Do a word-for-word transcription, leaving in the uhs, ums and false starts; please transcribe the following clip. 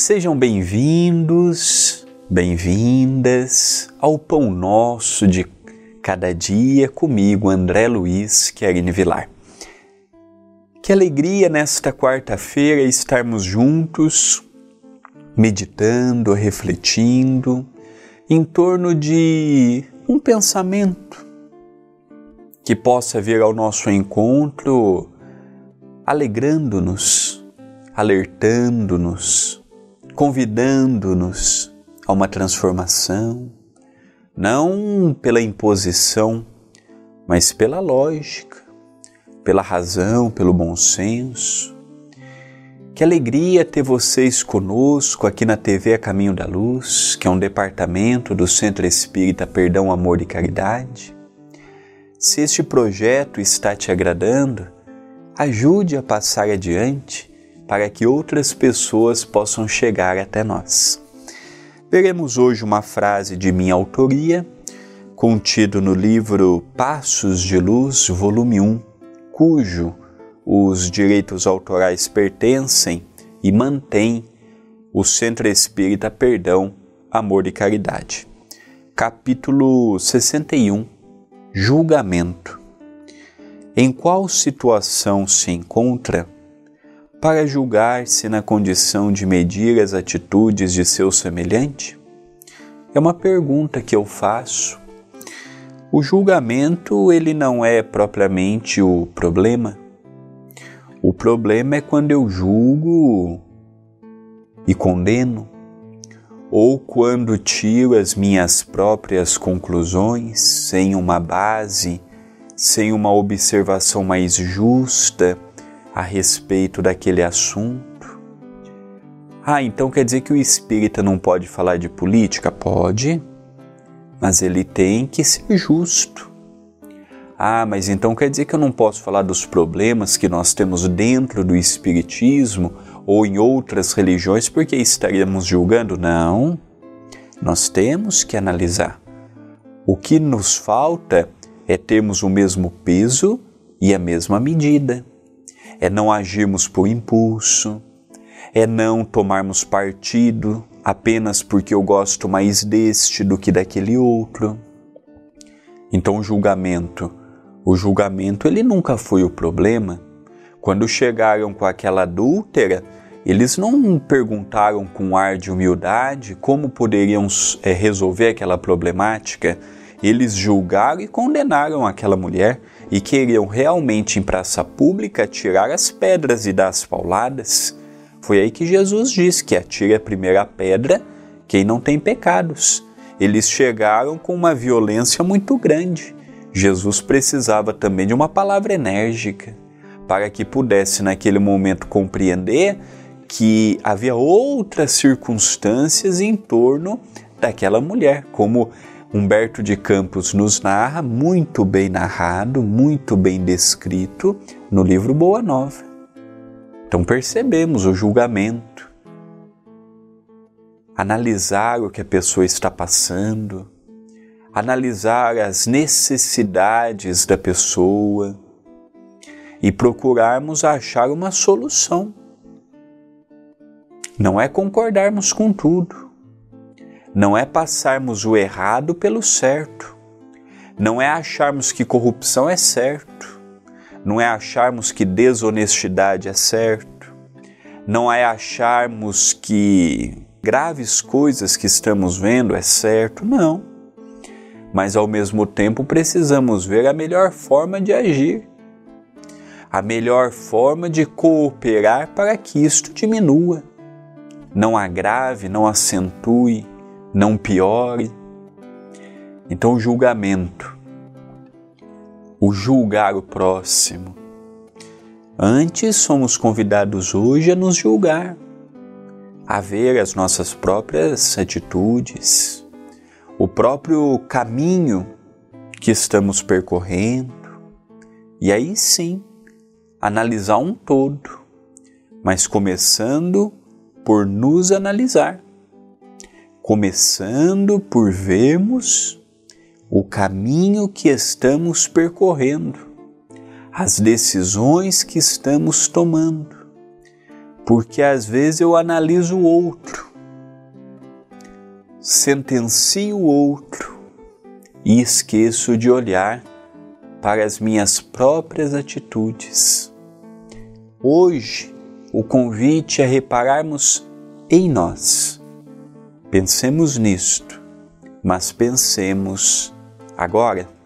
Sejam bem-vindos, bem-vindas ao Pão Nosso de Cada Dia comigo, André Luiz Querini Vilar. Que alegria nesta quarta-feira estarmos juntos, meditando, refletindo em torno de um pensamento que possa vir ao nosso encontro alegrando-nos, alertando-nos, convidando-nos a uma transformação, não pela imposição, mas pela lógica, pela razão, pelo bom senso. Que alegria ter vocês conosco aqui na T V A Caminho da Luz, que é um departamento do Centro Espírita Perdão, Amor e Caridade. Se este projeto está te agradando, ajude a passar adiante para que outras pessoas possam chegar até nós. Veremos hoje uma frase de minha autoria, contido no livro Passos de Luz, volume um, cujo os direitos autorais pertencem e mantém o Centro Espírita Perdão, Amor e Caridade. Capítulo sessenta e um, Julgamento. Em qual situação se encontra para julgar-se na condição de medir as atitudes de seu semelhante? É uma pergunta que eu faço. O julgamento, ele não é propriamente o problema. O problema é quando eu julgo e condeno, ou quando tiro as minhas próprias conclusões sem uma base, sem uma observação mais justa a respeito daquele assunto. Ah, então quer dizer que o espírita não pode falar de política? Pode, mas ele tem que ser justo. Ah, mas então quer dizer que eu não posso falar dos problemas que nós temos dentro do espiritismo ou em outras religiões porque estaríamos julgando? Não, nós temos que analisar. O que nos falta é termos o mesmo peso e a mesma medida. É não agirmos por impulso, é não tomarmos partido apenas porque eu gosto mais deste do que daquele outro. Então o julgamento, o julgamento ele nunca foi o problema. Quando chegaram com aquela adúltera, eles não perguntaram com ar de humildade como poderiam é, resolver aquela problemática. Eles julgaram e condenaram aquela mulher e queriam realmente em praça pública tirar as pedras e dar as pauladas. Foi aí que Jesus disse que atire a primeira pedra quem não tem pecados. Eles chegaram com uma violência muito grande. Jesus precisava também de uma palavra enérgica para que pudesse naquele momento compreender que havia outras circunstâncias em torno daquela mulher, como Humberto de Campos nos narra, muito bem narrado, muito bem descrito no livro Boa Nova. Então percebemos o julgamento, analisar o que a pessoa está passando, analisar as necessidades da pessoa e procurarmos achar uma solução. Não é concordarmos com tudo. Não é passarmos o errado pelo certo. Não é acharmos que corrupção é certo. Não é acharmos que desonestidade é certo. Não é acharmos que graves coisas que estamos vendo é certo. Não. Mas ao mesmo tempo precisamos ver a melhor forma de agir. A melhor forma de cooperar para que isto diminua. Não agrave, não acentue, não piore. Então o julgamento, o julgar o próximo. Antes somos convidados hoje a nos julgar, a ver as nossas próprias atitudes, o próprio caminho que estamos percorrendo, e aí sim, analisar um todo, mas começando por nos analisar. Começando por vermos o caminho que estamos percorrendo, as decisões que estamos tomando, porque às vezes eu analiso o outro, sentencio o outro e esqueço de olhar para as minhas próprias atitudes. Hoje, o convite é repararmos em nós. Pensemos nisto, mas pensemos agora.